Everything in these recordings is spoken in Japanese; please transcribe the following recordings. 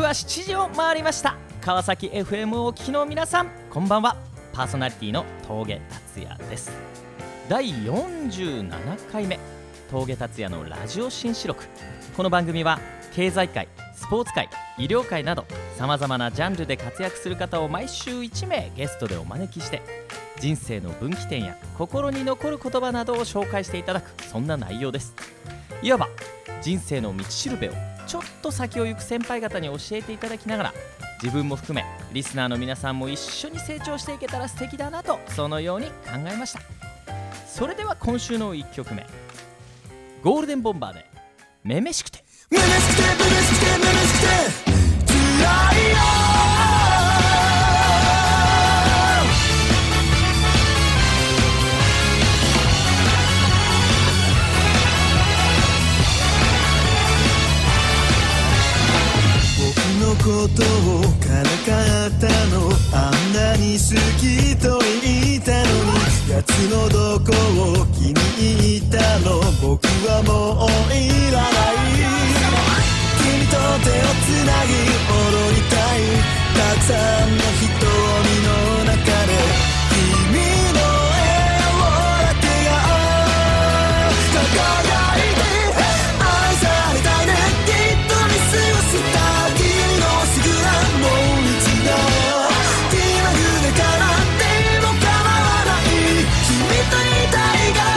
は7時を回りました。川崎 FM をお聞きの皆さん、こんばんは。パーソナリティの峠達也です。第47回目峠達也のラジオ新四録。この番組は経済界、スポーツ界、医療界などさまざまなジャンルで活躍する方を毎週1名ゲストでお招きして、人生の分岐点や心に残る言葉などを紹介していただく、そんな内容です。いわば人生の道しるべをちょっと先を行く先輩方に教えていただきながら、自分も含めリスナーの皆さんも一緒に成長していけたら素敵だなと、そのように考えました。それでは今週の1曲目、ゴールデンボンバーでめめしくて。 めめしくてめめしくてめめしくてつらいよ。僕のことをからかったの、あんなに好きと言ったのに、奴のどこを気に入ったの、僕はもういらない。君と手をつなぎ踊りたい、たくさんの瞳の中で君の笑顔だけが輝いて、愛されたいね、きっと見過ごした君のすぐなもう一度、気まぐれからでも構わない、君といたいが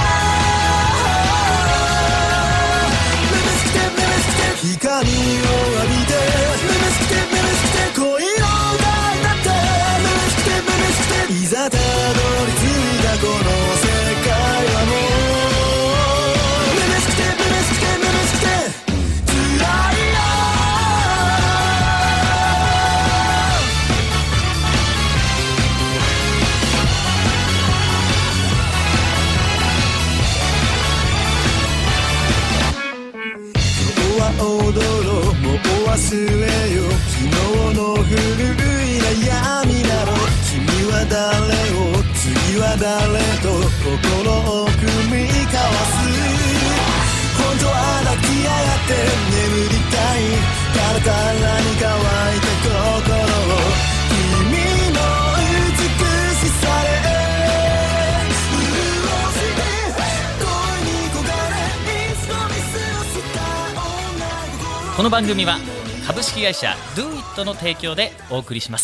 光を浴びて、めめしくてめめしくて恋の歌になって、めめしくてめめしくて、いざたどり着いたこの世界はもう、めめしくてめめしくてめめしくてつらいよ。今日は踊ろう、もう忘れよ、昨日の古い悩みだろう。君は誰を、次は誰と心を組み交わす。本当は抱き合って眠りたい、カラカラに乾いた心を、君の美しさで潤して恋に焦がれ、いつも見過ごした女心。 この番組は株式会社 DoIt の提供でお送りします。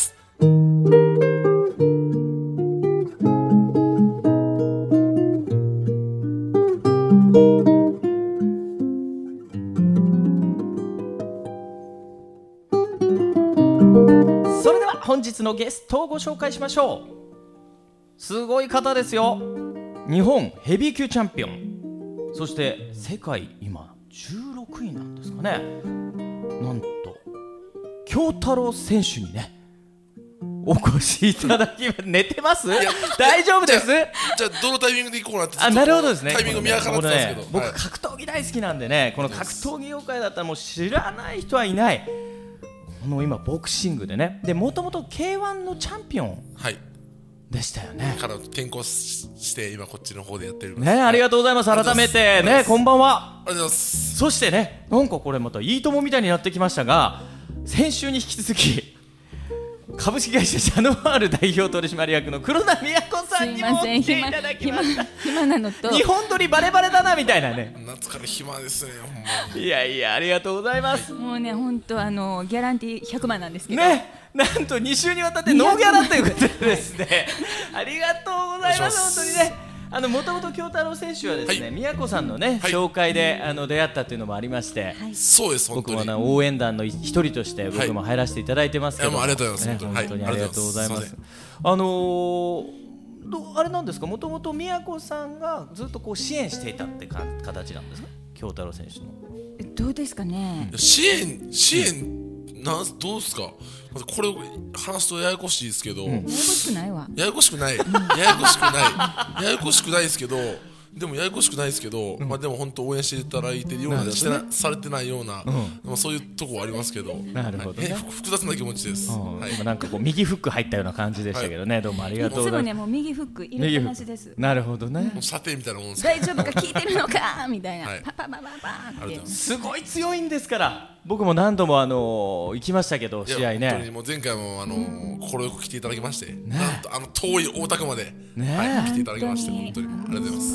それでは本日のゲストをご紹介しましょう。すごい方ですよ。日本ヘビー級チャンピオン、そして世界今16位なんですかね。なんと京太郎選手にねお越しいただき寝てます？大丈夫です？ じゃあどのタイミングで行こうなって、 なるほどですね。 タイミング見計らってたんですけど、 僕格闘技大好きなんでね、この格闘技業界だったらもう知らない人はいない。この今ボクシングでね、でもともと K1 のチャンピオンでしたよね。 から転校して今こっちの方でやってるね。ありがとうございます。改めてね、こんばんは。 ありがとうございます。 そしてね、なんかこれまたいいともみたいになってきましたが、先週に引き続き株式会社シャノワール代表取締役の黒田美也子さんにも来ていただきました。 暇なのと日本撮りバレバレだなみたいなね。 夏から暇ですね、ほんまに。 いやいや、ありがとうございます。 もうね、本当ギャランティー100万なんですけどね、なんと2週にわたってノーギャラということでですねありがとうございます。本当にね、もともと京太郎選手はですね、宮子さんのね、紹介で出会ったというのもありまして、 そうです。本当に僕も応援団の一人として僕も入らせていただいてますけども、 ありがとうございます。 本当にありがとうございます。あれなんですか、もともと宮子さんがずっとこう支援していたって形なんですか、京太郎選手の。 どうですかね。 支援どうですか。これ話すとややこしいですけど、 ややこしくないわ。 ややこしくないややこしくないですけど、 でもややこしくないですけど、まあでも本当応援していただいてるような、されてないような、まあそういうとこはありますけど、 なるほどね、 複雑な気持ちです。 今なんかこう右フック入ったような感じでしたけどね、どうもありがとうございます。 いつもねもう右フック入れっぱなしです。 なるほどね。 もう射程みたいなもんです。 大丈夫か聞いてるのかみたいな、パパパパパって。 すごい強いんですから。僕も何度も行きましたけど試合ね。 本当にもう前回も快く来ていただきまして、なんと遠い大田区まで来ていただきまして本当にありがとうございます。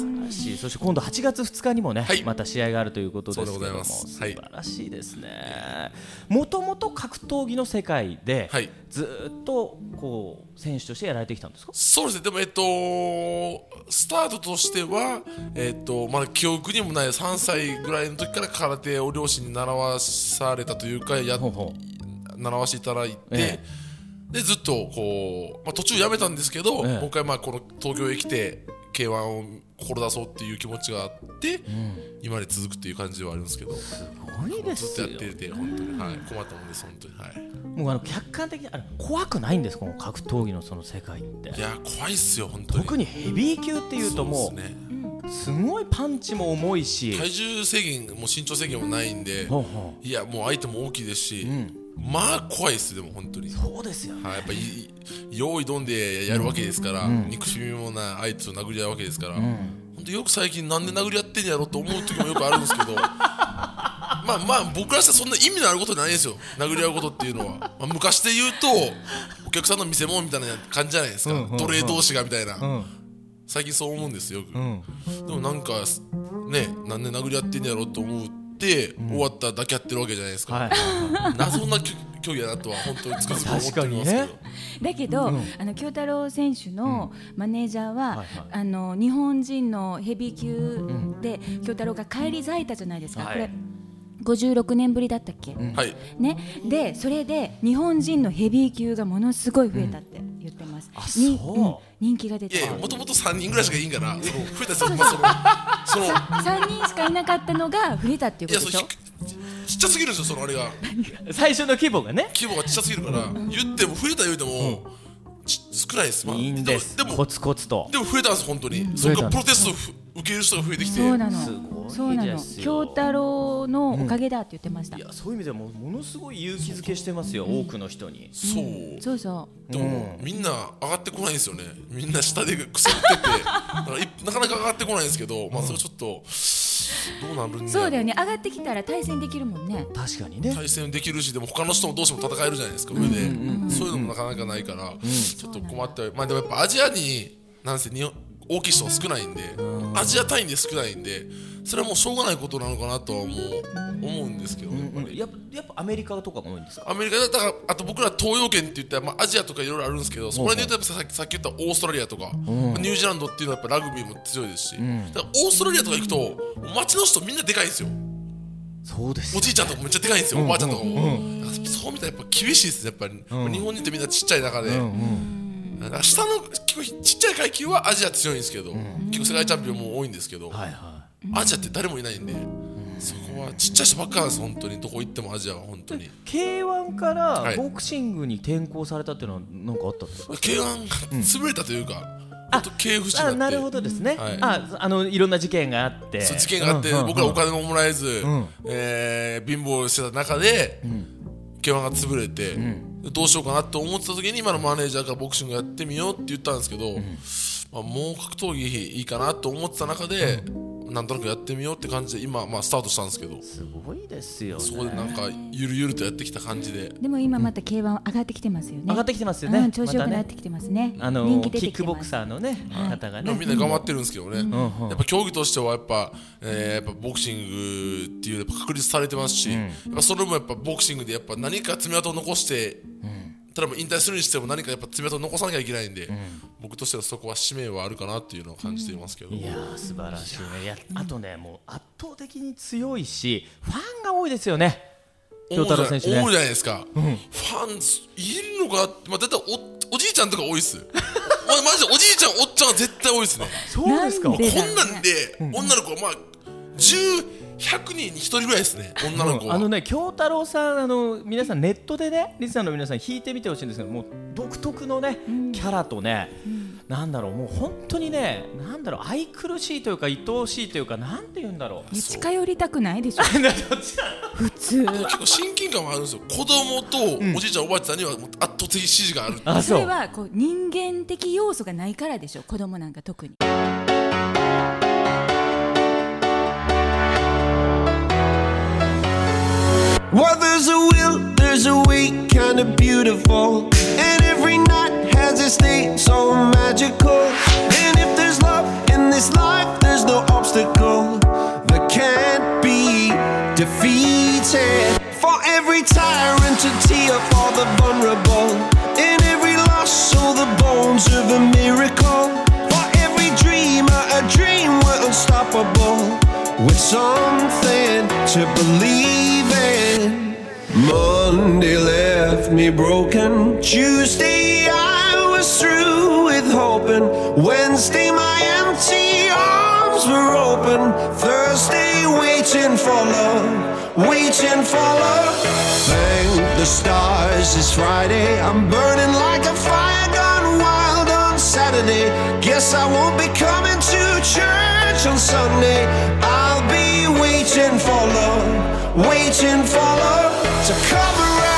そして今度8月2日にもね、また試合があるということですけども、 素晴らしいですね。もともと格闘技の世界でずっとこう選手としてやられてきたんですか？ そうですね。でもスタートとしてはまだ記憶にもない3歳ぐらいの時から空手を両親に習わされたというか習わせていただいて、でずっとこう、途中やめたんですけど、もう一回この東京へ来て K1 を志そうっていう気持ちがあって、今まで続くっていう感じではあるんですけど、 すごいですよ。 ずっとやっていて本当に、困ったもんです本当に。 もう客観的に怖くないんですか、この格闘技のその世界って。 いや怖いっすよ本当に。 特にヘビー級っていうともうすごいパンチも重いし、 体重制限も身長制限もないんで、いやもう相手も大きいですし、まあ怖いっす。でも本当にそうですよね。 やっぱり用意どんでやるわけですから、憎しみもない相手と殴り合うわけですから、本当よく最近なんで殴り合ってんやろと思う時もよくあるんですけどまあ僕らしたらそんな意味のあることないですよ、殴り合うことっていうのは。昔で言うとお客さんの見せ物みたいな感じじゃないですか、奴隷同士がみたいな、最近そう思うんですよく、でもなんかね、なんで殴り合ってんやろと思って終わっただけやってるわけじゃないですか、謎な競技だなとは本当につくづく思っておりますけど、 だけど、京太郎選手のマネージャーは、日本人のヘビー級で京太郎が返り咲いたじゃないですか、これ56年ぶりだったっけ、ね、でそれで日本人のヘビー級がものすごい増えたって言ってます、人気が出て。 いやもともと3人ぐらいしかいいんから増えた 3人しかいなかったのが増えたっていうことでしょ。 ちっちゃすぎるんですよ、そのあれが最初の規模がね、 規模がちっちゃすぎるから、言っても増えた言うても、少ないです。 いいんです。でもコツコツと。 でも増えたんです本当に。それからプロテスト受ける人が増えてきて。 そうなの。そうなの。京太郎のおかげだって言ってました。 いやそういう意味でもものすごい勇気づけしてますよ、多くの人に。 そうそう。 でもみんな上がってこないんですよね。みんな下でくすってて、なかなか上がってこないんですけど、それちょっとどうなるんだろう。 そうだよね。上がってきたら対戦できるもんね。 確かにね。 対戦できるし、でも他の人もどうしても戦えるじゃないですか上で。そういうのもなかなかないから、ちょっと困って。でもやっぱアジアになんせ大きい人は少ないんで、アジア単位で少ないんで、それはもうしょうがないことなのかなとは思うんですけど、 やっぱアメリカとかも多いんですか？ アメリカだったら、あと僕ら東洋圏って言ったら、アジアとかいろいろあるんですけど、そこら辺で言うとさっき言ったオーストラリアとか、ニュージーランドっていうのはやっぱラグビーも強いですし、だからオーストラリアとか行くと街の人みんなでかいんですよ。 そうです。 おじいちゃんとかめっちゃでかいんですよ、おばあちゃんとかも。そう見たらやっぱ厳しいですね、やっぱり。日本人ってみんなちっちゃい中で。下のちっちゃい階級はアジア強いんですけど、結構世界チャンピオンも多いんですけど、アジアって誰もいないんで、そこはちっちゃい人ばっかなんです本当に。どこ行ってもアジアは本当に。 K1 からボクシングに転向されたっていうのは何かあったんですか？ K1 が潰れたというか、系譜になって。 なるほどですね。いろんな事件があって、 事件があって、僕らお金ももらえず貧乏してた中でK1 が潰れて、どうしようかなと思ってた時に今のマネージャーがボクシングやってみようって言ったんですけど、もう格闘技いいかなと思ってた中で、なんとなくやってみようって感じで今スタートしたんですけど、 すごいですよね。 そこでなんかゆるゆるとやってきた感じで。 でも今また K1 上がってきてますよね。 上がってきてますよね。 調子よくなってきてますね。人気出てきてます。 キックボクサーのね方がね、 みんな頑張ってるんですけどね。やっぱ競技としてはやっぱボクシングっていう確立されてますし、やっぱそれもやっぱボクシングでやっぱ何か爪痕を残して、ただ引退するにしても何かやっぱ爪痕を残さなきゃいけないんで、僕としてはそこは使命はあるかなっていうのを感じていますけど。 いやー素晴らしいね。あとね、もう圧倒的に強いしファンが多いですよね、京太郎選手ね。 多いじゃないですか。ファンいるのかな。だいたいおじいちゃんとか多いっす。マジでおじいちゃんおっちゃんは絶対多いですね。 そうですか。 こんなんで女の子は100人に1人ぐらいですね、女の子は。 京太郎さん、皆さんネットでね、リスナーの皆さん弾いてみてほしいんですけど、もう独特のねキャラとね、 なんだろう、もう本当にね、なんだろう、愛くるしいというか愛おしいというか、なんて言うんだろう。 近寄りたくないでしょ普通。 結構親近感はあるんですよ。子供とおじいちゃん、おばあちゃんにはもう圧倒的支持がある。 あ、 それはこう人間的要素がないからでしょ、子供なんか特に。 Well, there's a will, there's a way, kinda beautiful. And every night has its day, so magical. And if there's love in this life, there's no obstacle that can't be defeated. For every tyrant to tear for the vulnerable. In every loss, so the bones of a miracle. For every dreamer, a dream we're unstoppable. With something to believe in. Monday left me broken. Tuesday I was through with hoping. Wednesday my empty arms were open. Thursday waiting for love, waiting for love. Thank the stars it's Friday. I'm burning like a fire gone wild on Saturday. Guess I won't be coming to church on Sunday. I'll be waiting for love, waiting for love to come around.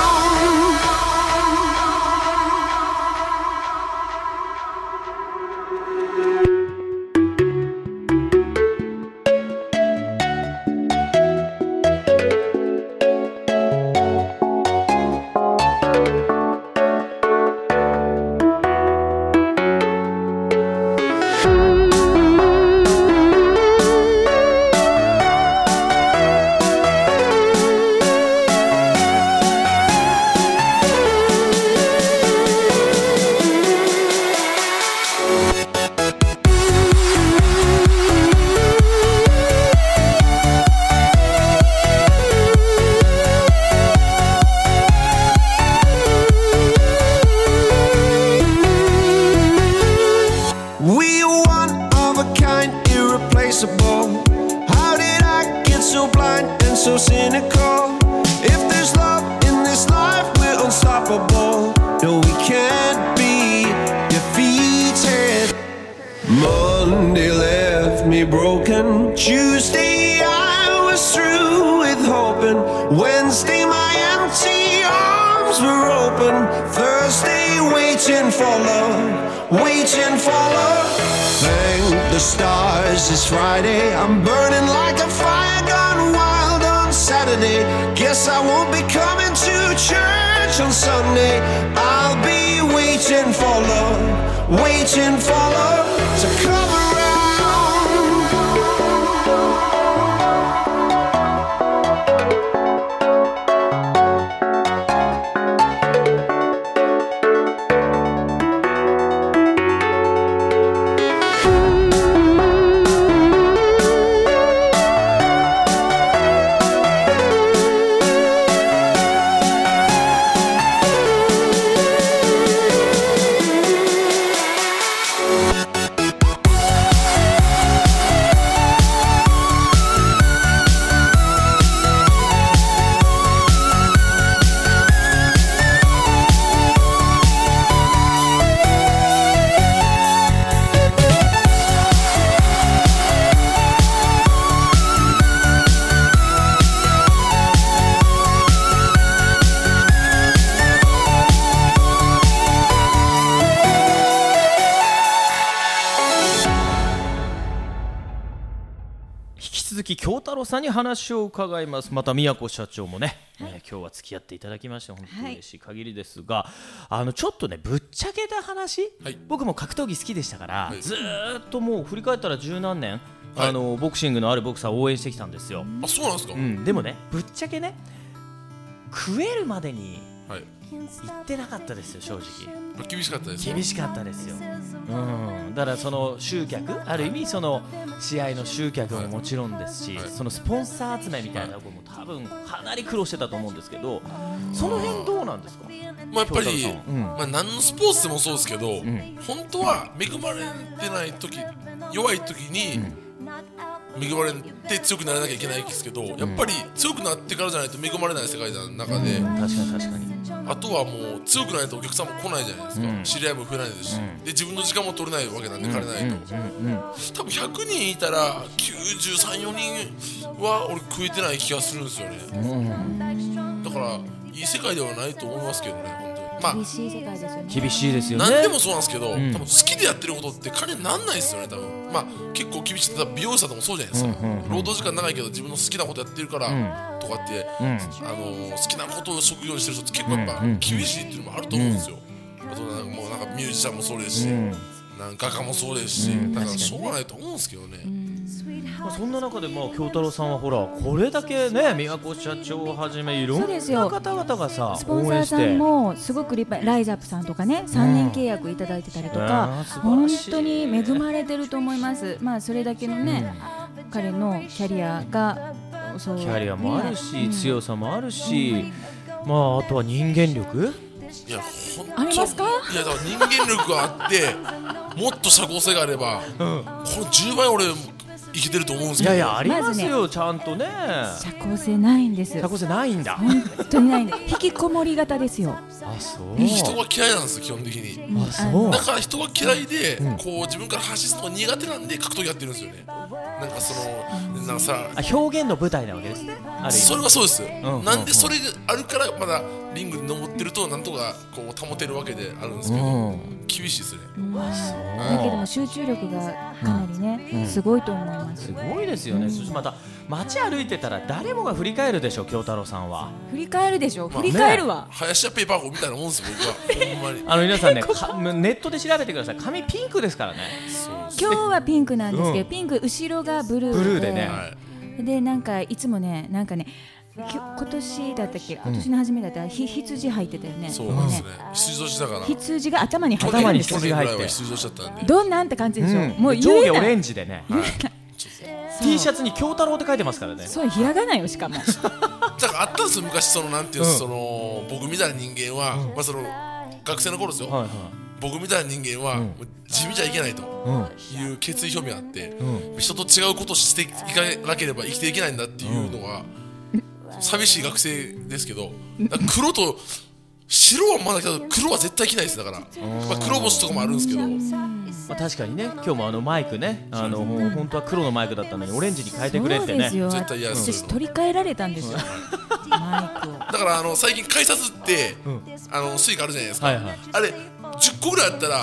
We are one of a kind, irreplaceable. How did I get so blind and so cynical? If there's love in this life, we're unstoppable. No, we can't be defeated. Monday left me broken. Tuesday I was through with hoping. Wednesday my empty arms were open. Thursday waiting for love, waiting for love. Thank the stars it's Friday. I'm burning like a fire gone wild on Saturday. Guess I won't be coming to church on Sunday. I'll be waiting for love, waiting for love to come around. 続き京太郎さんに話を伺います。また宮古社長もね、今日は付き合っていただきまして本当に嬉しい限りですが、ちょっとねぶっちゃけた話、僕も格闘技好きでしたから、ずーっともう振り返ったら十何年、ボクシングのあるボクサーを応援してきたんですよ。 あ、そうなんですか。 でもねぶっちゃけね食えるまでに行ってなかったですよ、正直。 厳しかったです。 厳しかったですよ。だからその集客、ある意味その試合の集客ももちろんですし、そのスポンサー集めみたいなところも多分かなり苦労してたと思うんですけど、その辺どうなんですか。 やっぱり、何のスポーツでもそうですけど、本当は恵まれてない時、弱い時に、恵まれて強くならなきゃいけないですけど、やっぱり強くなってからじゃないと恵まれない世界の中で、 確かにあとはもう強くないとお客さんも来ないじゃないですか、知り合いも増えないですし、で自分の時間も取れないわけなんで、借りないと、多分100人いたら93、4人は俺食えてない気がするんですよね、だからいい世界ではないと思いますけどね、本当に。まあ、 厳しい世界ですよね。 厳しいですよね。 何でもそうなんですけど、多分好きでやってることって金になんないですよね、多分。まあ結構厳しい。美容師さんともそうじゃないですか、労働時間長いけど自分の好きなことやってるから、とかって、好きなことを職業にしてる人って結構やっぱ厳しいっていうのもあると思うんですよ、あともうなんかミュージシャンもそうですし、なんか画家もそうですし、だからしょうがないと思うんですけどね。 そんな中で京太郎さんはほらこれだけね、宮古社長をはじめいろんな方々がさスポンサーさんもすごく立派、ライザップさんとかね、3年契約いただいてたりとか、本当に恵まれてると思います。まあそれだけのね、彼のキャリアがキャリアもあるし、強さもあるし、まああとは人間力、 いや本当ありますか？ いやだから人間力があってもっと社交性があれば、この10倍俺いけてると思うんですけど。 いやいやありますよ、ちゃんとね。 社交性ないんです。 社交性ないんだ。 本当にないんです。引きこもり型ですよ。 あ、そう。 人が嫌いなんですよ基本的に。 あ、そう。 だから人が嫌いで、こう自分から発信するのが苦手なんで格闘技やってるんですよね。なんかそのなんかさ、 表現の舞台なわけですね。 それはそうです。なんでそれがあるからまだリングに登ってるとなんとかこう保てるわけであるんですけど、厳しいですね。 だけども集中力がかなりね、すごいと思います。 すごいですよね。そしてまた街歩いてたら誰もが振り返るでしょ、京太郎さんは。 振り返るでしょ。振り返るわ。 林家ペーパー号みたいなもんですよ僕は。ほんまに。 皆さんねネットで調べてください。髪ピンクですからね。 今日はピンクなんですけど、ピンク後ろがブルーでね。 でなんかいつもね、なんかね、今年だったっけ、今年の初めだったら羊入ってたよね。 そうですね。羊年だから。 羊が頭に羊が入って。 羊年だったんで。 どんなんって感じでしょ。もう上下オレンジでね。T シャツに京太郎って書いてますからね。 そう、ひらがなよしかも。 だからあったんですよ昔、そのなんていうその僕みたいな人間は、まあその学生の頃ですよ。僕みたいな人間は地味じゃいけないという決意表明があって、人と違うことをしていかなければ生きていけないんだっていうのは寂しい学生ですけど、黒と白はまだけど黒は絶対着ないです。だから黒星とかもあるんですけど、 確かにね、今日もマイクね、本当は黒のマイクだったのにオレンジに変えてくれってね。 絶対嫌です。 私取り替えられたんですよマイクを。 だから最近改札ってスイカあるじゃないですか、あれ10個ぐらいあったら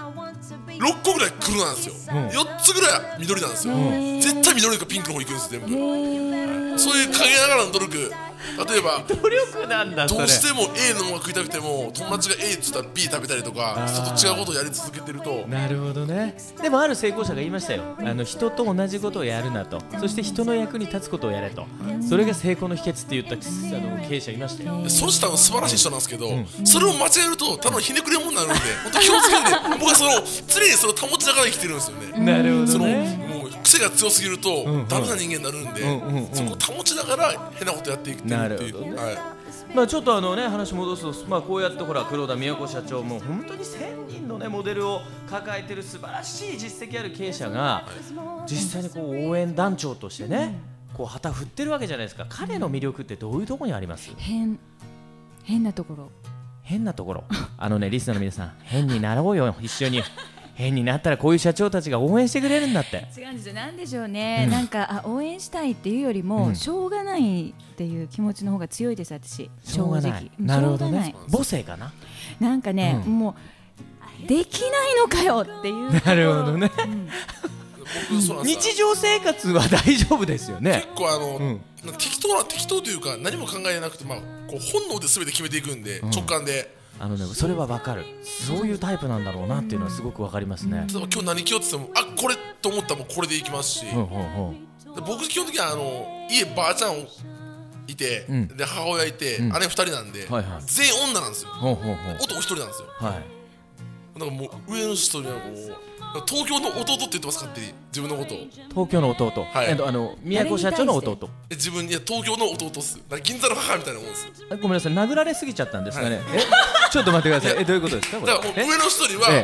6個ぐらい黒なんですよ、4つぐらい緑なんですよ。絶対緑かピンクの方行くんです全部。そういう陰ながらの努力、例えば努力なんだ。 どうしても A のものが食いたくても友達が A って言ったら B 食べたりとか、人と違うことをやり続けてると。 なるほどね。でもある成功者が言いましたよ。人と同じことをやるなと、そして人の役に立つことをやれと、それが成功の秘訣って言った経営者いましたよ。 その人は素晴らしい人なんですけど、それを間違えるとただのひねくれ者になるんで、本当気をつけて僕は常にそれを保ちながら生きてるんですよね。 なるほどね。 もう癖が強すぎるとダメな人間になるんで、そこを保ちながら変なことやっていくっていう。 なるほどね。ちょっと話戻すと、こうやってほら黒田宮古社長も本当に1000人のねモデルを抱えてる素晴らしい実績ある経営者が、実際にこう応援団長としてね、こう旗振ってるわけじゃないですか。彼の魅力ってどういうところにあります？ 変なところ。 変なところ。リスナーの皆さん、変になろうよ一緒に。変になったらこういう社長たちが応援してくれるんだって。 違うんですよ。なんでしょうね、なんか応援したいっていうよりも、しょうがないっていう気持ちの方が強いです私。 正直。なるほどね。母性かな。 なんかね、もうできないのかよっていう。 なるほどね。日常生活は大丈夫ですよね。 結構適当というか何も考えなくて、こう本能で全て決めていくんで、直感で。 それは分かる。そういうタイプなんだろうなっていうのはすごく分かりますね。 例えば今日何着ようって言っても、これと思ったらもうこれでいきますし、僕基本的には家ばあちゃんいて、で母親いて、姉2人なんで、全員女なんですよ。男1人なんですよ。だからもう上の人にはこう東京の弟って言ってます。勝手に自分のことを東京の弟、宮古社長の弟。 自分に東京の弟っす。銀座の母みたいなもんです。 ごめんなさい、殴られすぎちゃったんですかね。ちょっと待ってください。どういうことですかこれ。 だからもう上の人には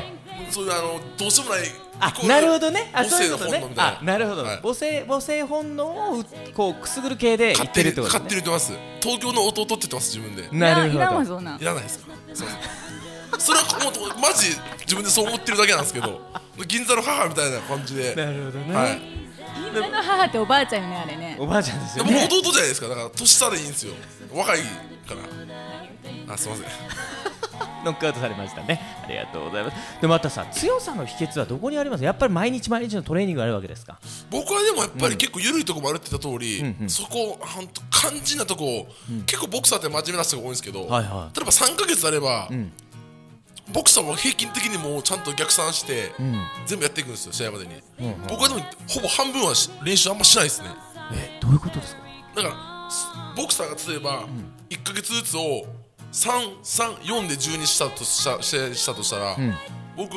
そういうどうしようもないなるほどね。 母性の本能みたいな。 なるほど。母性本能をこうくすぐる系で言ってるってことね。 勝手に言ってます。東京の弟って言ってます、自分で。 なるほど。 いらんわ、そんなん。 いらないですか。それはもうマジ自分でそう思ってるだけなんですけど、銀座の母みたいな感じで。 なるほどね。 銀座の母っておばあちゃんよね、あれね。 おばあちゃんですよね。 弟じゃないですか。だから年下でいいんですよ。若いから。すいません。 ノックアウトされましたね。ありがとうございます。でまたさ、強さの秘訣はどこにあります？やっぱり毎日のトレーニングがあるわけですか？ 僕はでもやっぱり結構緩いとこもあるって言った通り、そこ本当肝心なとこ、結構ボクサーって真面目な人が多いんですけど、例えば3ヶ月あれば、ボクサーも平均的にもうちゃんと逆算して、全部やっていくんですよ、試合までに。僕はでもほぼ半分は練習あんましないですね。 どういうことですか？ だからボクサーが例えば1ヶ月ずつを4で12したとしたら、僕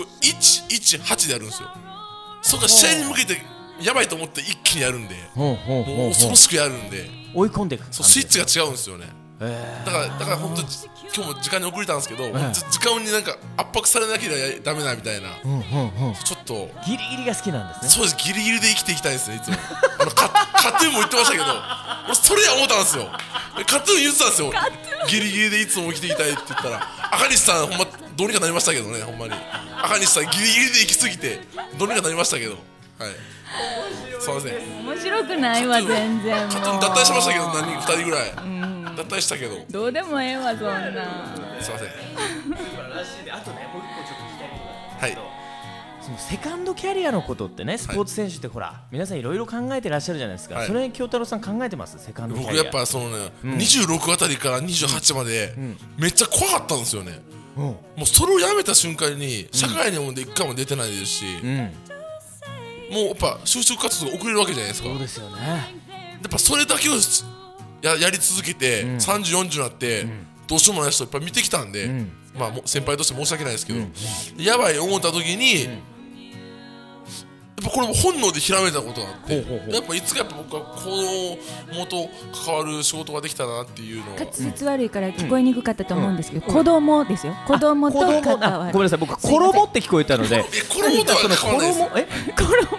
118でやるんですよ。そこが試合に向けてやばいと思って一気にやるんで、もう恐ろしくやるんで、 追い込んでいく。 スイッチが違うんですよね。だから本当今日も時間に遅れたんですけど、時間になんか圧迫されなければダメなみたいな、ちょっとギリギリが好きなんですね。 そうです、ギリギリで生きていきたいですね、いつも。カトゥーンも言ってましたけど、俺それや思ったんですよ。カトゥーン言ってたんですよ。ギリギリでいつも生きていきたいって言ったら、赤西さんほんまどうにかなりましたけどね、ほんまに赤西さんギリギリで生きすぎてどうにかなりましたけど、はい、すいません。 面白くないわ、全然。 カトゥーン脱退しましたけど、2人ぐらい脱退したけど、 どうでもええわ、そんな。 すいません。 あとね、もう一個ちょっと聞きたいことはい。 そのセカンドキャリアのことってね、スポーツ選手ってほら、皆さんいろいろ考えてらっしゃるじゃないですか。それ京太郎さん考えてます？セカンドキャリア。 僕やっぱそのね、26あたりから28までめっちゃ怖かったんですよね。もうそれをやめた瞬間に社会にも一回も出てないですし、もうやっぱ就職活動が遅れるわけじゃないですか。 そうですよね。 やっぱそれだけをやり続けて、30、40になって、どうしようもない人いっぱい見てきたんで、まあ先輩として申し訳ないですけど、やばい思った時に、やっぱこれも本能でひらめいたことがあって、やっぱいつかやっぱ僕は子供と関わる仕事ができたなっていうのは。 滑舌悪いから聞こえにくかったと思うんですけど、子供ですよ。子供と関わる。 ごめんなさい、僕衣って聞こえたので。 衣とは変わらないです。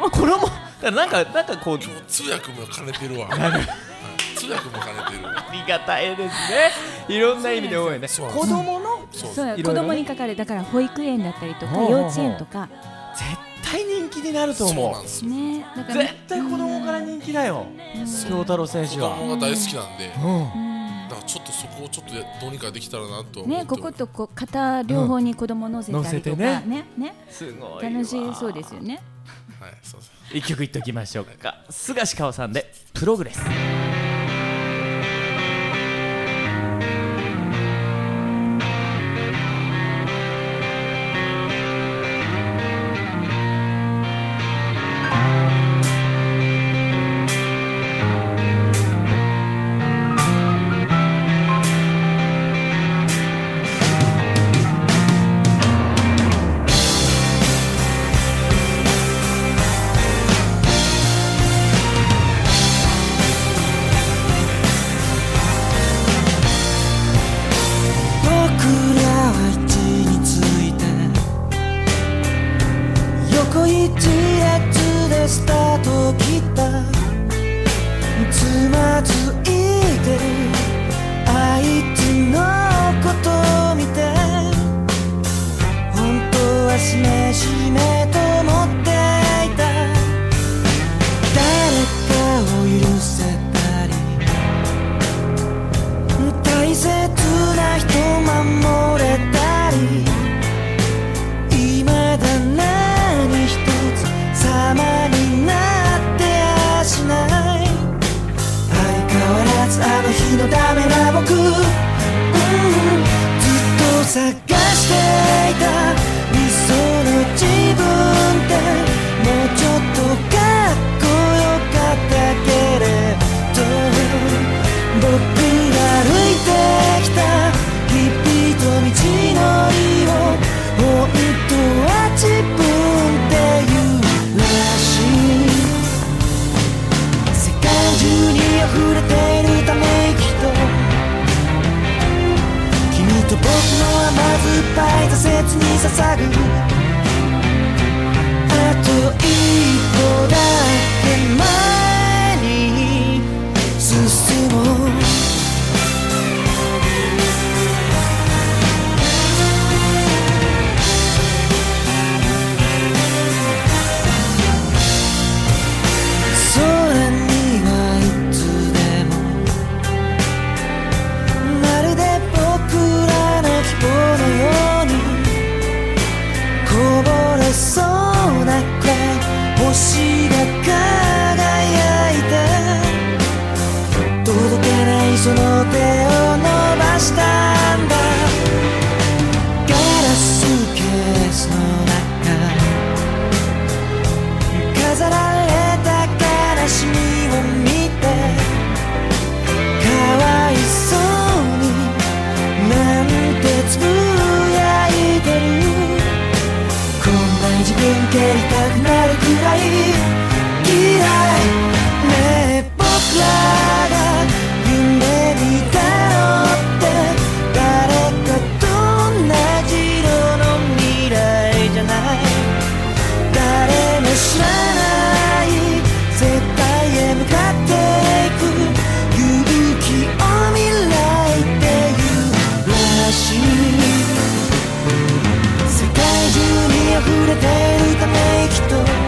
衣なんかこう通訳も兼ねてるわ。通訳も兼ねてる。 ありがたいですね。いろんな意味で多いね。子供の子供にかかる、だから保育園だったりとか幼稚園とか絶対人気になると思う。 そうなんですね。だから絶対子供から人気だよ、京太郎選手は。 子供が大好きなんで、だからちょっとそこをちょっとどうにかできたらなと思って。 ね、こことこう肩両方に子供乗せたりとかね、 すごい楽しそうですよね。 はい、そうです。 一曲言っておきましょうか。菅氏川さんでプログレス。 僕の甘酸っぱい挫折に捧ぐその手を伸ばしたんだ。ガラスケースの中、飾られた悲しみを見て、かわいそうになんてつぶやいてる。こんな自分蹴りたくなるくらい嫌いねえ、僕らが夢見たのって誰かと同じ色の未来じゃない。誰も知らない世界へ向かっていく勇気を未来っていうらしい。世界中に溢れているためきっ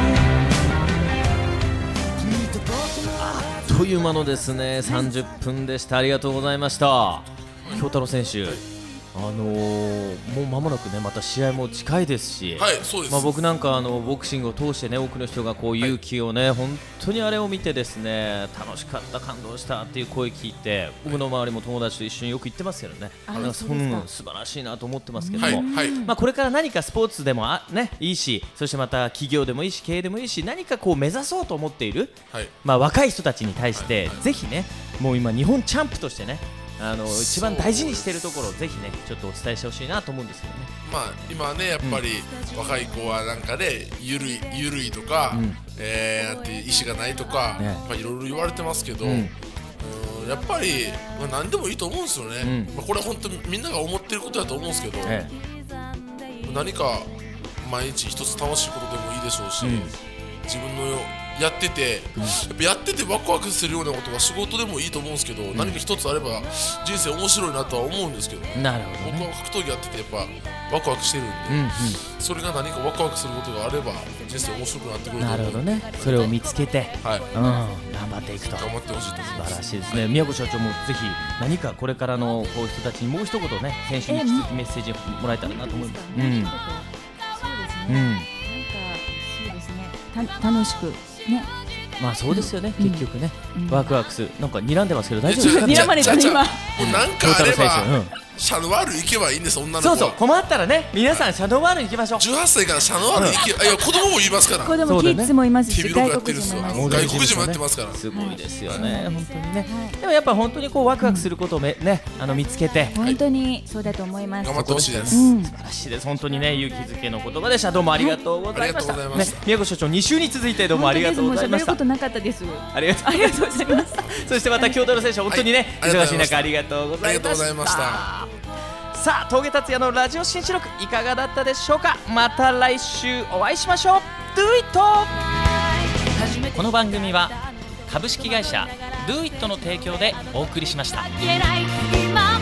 とという間のですね30分でした。ありがとうございました。京太郎選手、もう間もなくねまた試合も近いですし、 はい、そうです。 僕なんかボクシングを通してね多くの人がこう勇気をね、本当にあれを見てですね楽しかった、感動したっていう声聞いて、僕の周りも友達と一緒によく行ってますけどね、素晴らしいなと思ってますけども、これから何かスポーツでもねいいし、そしてまた企業でもいいし経営でもいいし、何かこう目指そうと思っている、若い人たちに対して、ぜひねもう今日本チャンプとしてね一番大事にしているところをぜひねちょっとお伝えしてほしいなと思うんですよね。 今ねやっぱり、若い子はなんかねゆるいとか、なんて意思がないとか、いろいろ言われてますけど、やっぱり、何でもいいと思うんですよね。これは本当にみんなが思ってることだと思うんですけど、何か毎日一つ楽しいことでもいいでしょうし、自分のやっててワクワクするようなことが仕事でもいいと思うんですけど、何か一つあれば人生面白いなとは思うんですけど、 なるほどね、 僕は格闘技やっててやっぱワクワクしてるんで、それが何かワクワクすることがあれば人生面白くなってくると思う。 なるほどね、それを見つけて、頑張っていくと。 頑張ってほしいと思います。 素晴らしいですね。宮古社長もぜひ何かこれからのこう人たちにもう一言ね選手に引き続きメッセージもらえたらなと思います。 そうですね、なんかそうですね、楽しくね。 そうですよね、結局ね、ワクワクする。なんか睨んでますけど大丈夫ですか？ 睨まれた今。 なんかあればシャノワール行けばいいんです、女の子は。 そう困ったらね、皆さんシャノワール行きましょう。 18歳からシャノワール行け、いや子供もいますから。 子供キッズもいますし、 外国人もやってますから。 すごいですよね、本当にね。でもやっぱ本当にこうワクワクすることをね見つけて、 本当にそうだと思います。 頑張ってほしいです。 素晴らしいです。本当にね勇気づけの言葉でした。どうもありがとうございました。宮古所長2週に続いてどうもありがとうございました。 本当です。もう喋ることなかったです。 ありがとうございます。そしてまた京太郎選手本当にね忙しい中ありがとうございました。さあ峠達也のラジオ新四録いかがだったでしょうか。また来週お会いしましょう。 Do it。 この番組は株式会社 Do it の提供でお送りしました。